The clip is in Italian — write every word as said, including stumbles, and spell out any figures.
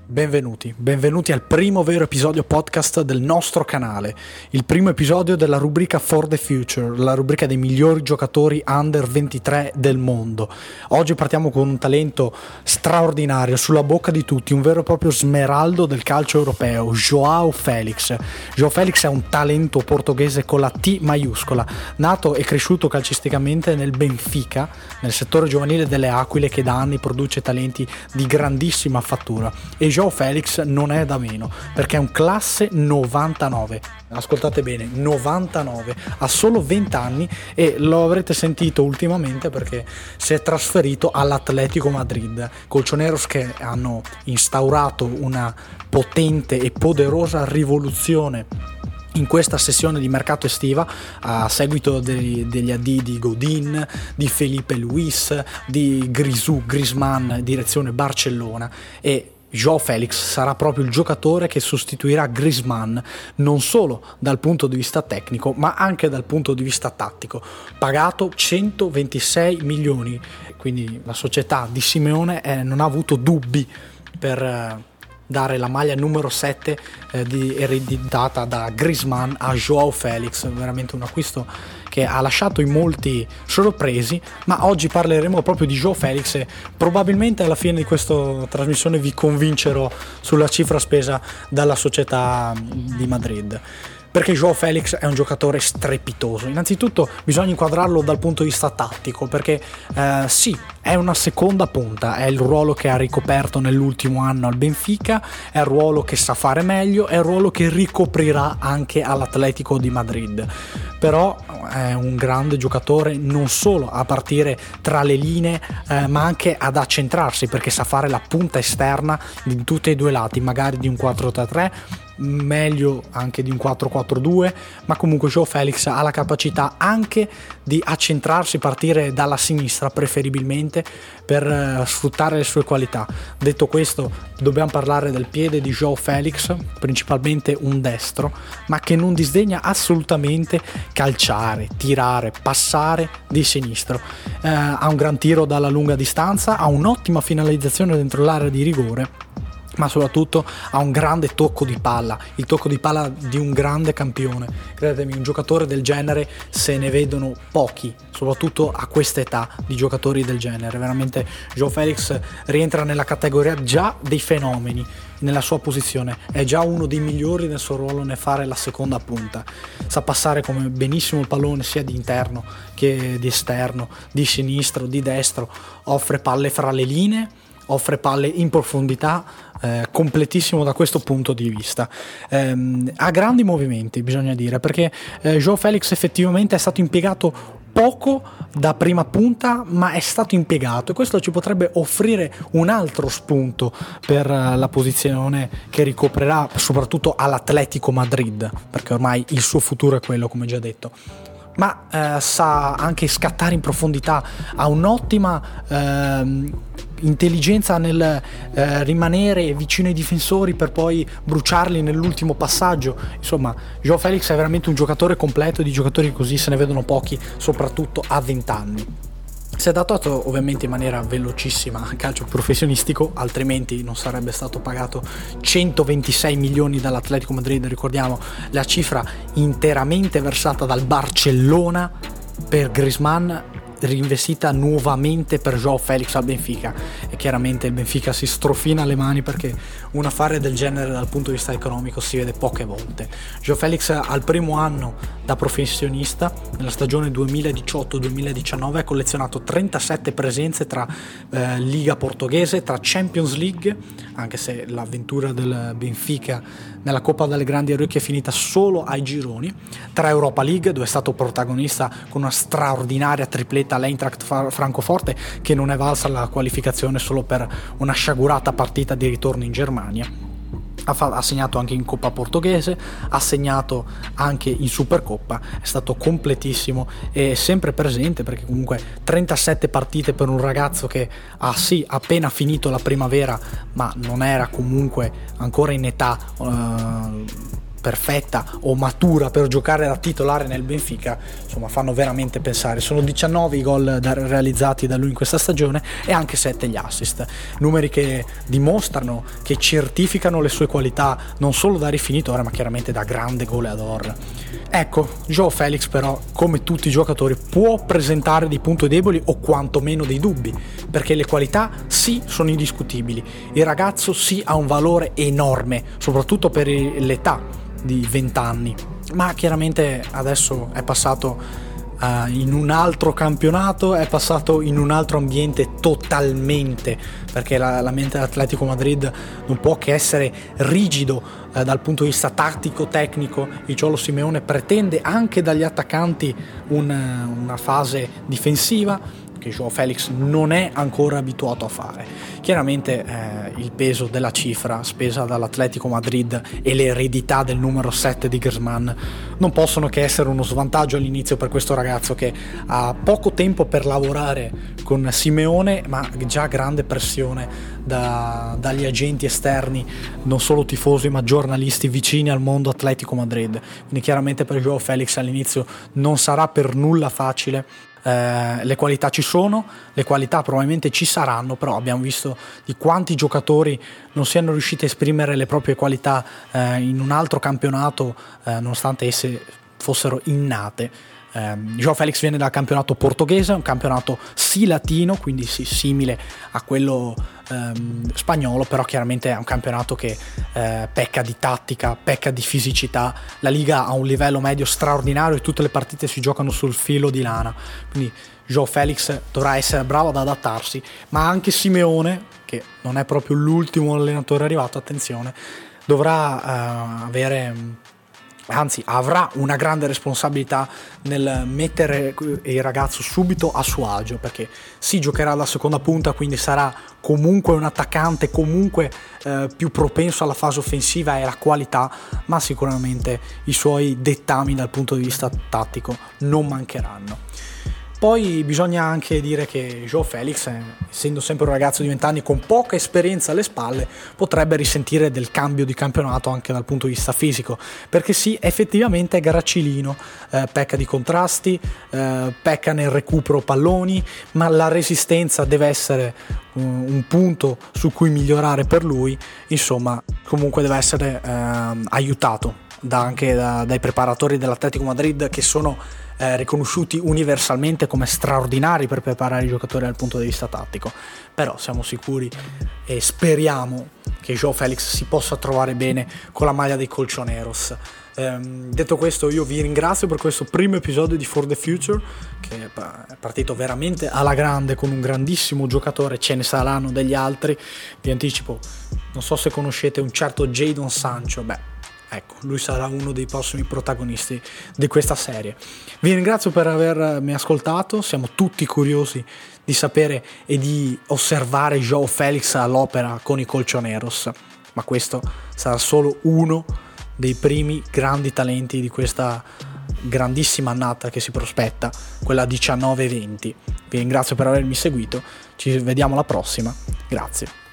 Benvenuti, benvenuti al primo vero episodio podcast del nostro canale, il primo episodio della rubrica For the Future, la rubrica dei migliori giocatori under ventitré del mondo. Oggi partiamo con un talento straordinario, sulla bocca di tutti, un vero e proprio smeraldo del calcio europeo, João Félix. João Félix è un talento portoghese con la T maiuscola, nato e cresciuto calcisticamente nel Benfica, nel settore giovanile delle Aquile, che da anni produce talenti di grandissima fattura. E João Félix non è da meno, perché è un classe novantanove, ascoltate bene, novantanove, ha solo venti anni e lo avrete sentito ultimamente perché si è trasferito all'Atlético Madrid, colchoneros che hanno instaurato una potente e poderosa rivoluzione in questa sessione di mercato estiva a seguito degli, degli addii di Godin, di Felipe Luis, di Grisù, Griezmann direzione Barcellona, e João Félix sarà proprio il giocatore che sostituirà Griezmann non solo dal punto di vista tecnico ma anche dal punto di vista tattico, pagato centoventisei milioni, quindi la società di Simeone eh, non ha avuto dubbi per eh, dare la maglia numero sette eh, di ereditata da Griezmann a João Félix, veramente un acquisto che ha lasciato in molti sorpresi. Ma oggi parleremo proprio di João Félix e probabilmente alla fine di questa trasmissione vi convincerò sulla cifra spesa dalla società di Madrid, perché João Félix è un giocatore strepitoso. Innanzitutto bisogna inquadrarlo dal punto di vista tattico, perché eh, sì, è una seconda punta, è il ruolo che ha ricoperto nell'ultimo anno al Benfica, è il ruolo che sa fare meglio, è il ruolo che ricoprirà anche all'Atlético di Madrid. Però è un grande giocatore non solo a partire tra le linee eh, ma anche ad accentrarsi, perché sa fare la punta esterna di tutti e due i lati, magari di un quattro tre tre, meglio anche di un quattro quattro due, ma comunque João Félix ha la capacità anche di accentrarsi, partire dalla sinistra preferibilmente per uh, sfruttare le sue qualità. Detto questo, dobbiamo parlare del piede di João Félix, principalmente un destro, ma che non disdegna assolutamente calciare, tirare, passare di sinistro. Uh, ha un gran tiro dalla lunga distanza, ha un'ottima finalizzazione dentro l'area di rigore, ma soprattutto ha un grande tocco di palla, il tocco di palla di un grande campione. Credetemi, un giocatore del genere se ne vedono pochi, soprattutto a questa età di giocatori del genere. Veramente João Félix rientra nella categoria già dei fenomeni nella sua posizione, è già uno dei migliori nel suo ruolo nel fare la seconda punta, sa passare come benissimo il pallone sia di interno che di esterno, di sinistro, di destro, offre palle fra le linee, offre palle in profondità, eh, completissimo da questo punto di vista. Eh, ha grandi movimenti, bisogna dire, perché eh, João Félix effettivamente è stato impiegato poco da prima punta, ma è stato impiegato, e questo ci potrebbe offrire un altro spunto per uh, la posizione che ricoprirà soprattutto all'Atlético Madrid, perché ormai il suo futuro è quello, come già detto. Ma eh, sa anche scattare in profondità, ha un'ottima eh, intelligenza nel eh, rimanere vicino ai difensori per poi bruciarli nell'ultimo passaggio. Insomma, João Félix è veramente un giocatore completo, e di giocatori così se ne vedono pochi, soprattutto a venti anni. Si è adattato ovviamente in maniera velocissima al calcio professionistico, altrimenti non sarebbe stato pagato centoventisei milioni dall'Atlético Madrid. Ricordiamo la cifra interamente versata dal Barcellona per Griezmann, reinvestita nuovamente per João Félix al Benfica, e chiaramente il Benfica si strofina le mani perché un affare del genere dal punto di vista economico si vede poche volte. João Félix al primo anno da professionista, nella stagione duemiladiciotto duemiladiciannove, ha collezionato trentasette presenze tra eh, Liga portoghese, tra Champions League, anche se l'avventura del Benfica nella Coppa delle Grandi Orecchie è finita solo ai gironi, tra Europa League, dove è stato protagonista con una straordinaria tripletta all'Eintracht Francoforte, che non è valsa la qualificazione solo per una sciagurata partita di ritorno in Germania. Ha, fa- ha segnato anche in Coppa portoghese, ha segnato anche in Supercoppa, è stato completissimo e sempre presente, perché comunque trentasette partite per un ragazzo che ha sì appena finito la primavera, ma non era comunque ancora in età uh, perfetta o matura per giocare da titolare nel Benfica, insomma fanno veramente pensare. Sono diciannove i gol da, realizzati da lui in questa stagione e anche sette gli assist, numeri che dimostrano, che certificano le sue qualità non solo da rifinitore ma chiaramente da grande goleador. Ecco, João Félix però, come tutti i giocatori, può presentare dei punti deboli o quantomeno dei dubbi, perché le qualità sì sono indiscutibili, il ragazzo sì ha un valore enorme, soprattutto per l'età di venti anni, ma chiaramente adesso è passato Uh, in un altro campionato, è passato in un altro ambiente totalmente, perché la, la mente dell'Atletico Madrid non può che essere rigido uh, dal punto di vista tattico, tecnico. Il Cholo Simeone pretende anche dagli attaccanti un, una fase difensiva che João Félix non è ancora abituato a fare. Chiaramente eh, il peso della cifra spesa dall'Atletico Madrid e l'eredità del numero sette di Griezmann non possono che essere uno svantaggio all'inizio per questo ragazzo che ha poco tempo per lavorare con Simeone, ma già grande pressione da, dagli agenti esterni, non solo tifosi ma giornalisti vicini al mondo Atletico Madrid. Quindi chiaramente per João Félix all'inizio non sarà per nulla facile. Eh, le qualità ci sono, le qualità probabilmente ci saranno, però abbiamo visto di quanti giocatori non siano riusciti a esprimere le proprie qualità eh, in un altro campionato eh, nonostante esse fossero innate. Eh, João Félix viene dal campionato portoghese, un campionato sì latino, quindi sì simile a quello ehm, spagnolo, però chiaramente è un campionato che eh, pecca di tattica, pecca di fisicità. La Liga ha un livello medio straordinario e tutte le partite si giocano sul filo di lana, quindi João Félix dovrà essere bravo ad adattarsi, ma anche Simeone, che non è proprio l'ultimo allenatore arrivato, attenzione, dovrà eh, avere... anzi avrà una grande responsabilità nel mettere il ragazzo subito a suo agio, perché si giocherà alla seconda punta, quindi sarà comunque un attaccante, comunque eh, più propenso alla fase offensiva e alla qualità, ma sicuramente i suoi dettami dal punto di vista tattico non mancheranno. Poi bisogna anche dire che João Félix, essendo sempre un ragazzo di venti anni con poca esperienza alle spalle, potrebbe risentire del cambio di campionato anche dal punto di vista fisico, perché sì, effettivamente è gracilino, eh, pecca di contrasti, eh, pecca nel recupero palloni, ma la resistenza deve essere un, un punto su cui migliorare per lui. Insomma, comunque deve essere eh, aiutato da, anche da, dai preparatori dell'Atletico Madrid, che sono Eh, riconosciuti universalmente come straordinari per preparare i giocatori dal punto di vista tattico. Però siamo sicuri e speriamo che João Félix si possa trovare bene con la maglia dei Colchoneros. Ehm, detto questo, io vi ringrazio per questo primo episodio di For the Future, che è partito veramente alla grande con un grandissimo giocatore. Ce ne saranno degli altri, vi anticipo, non so se conoscete un certo Jadon Sancho. Beh, ecco, lui sarà uno dei prossimi protagonisti di questa serie. Vi ringrazio per avermi ascoltato, siamo tutti curiosi di sapere e di osservare João Félix all'opera con i Colchoneros, ma questo sarà solo uno dei primi grandi talenti di questa grandissima annata che si prospetta, quella diciannove venti. Vi ringrazio per avermi seguito, ci vediamo alla prossima, grazie.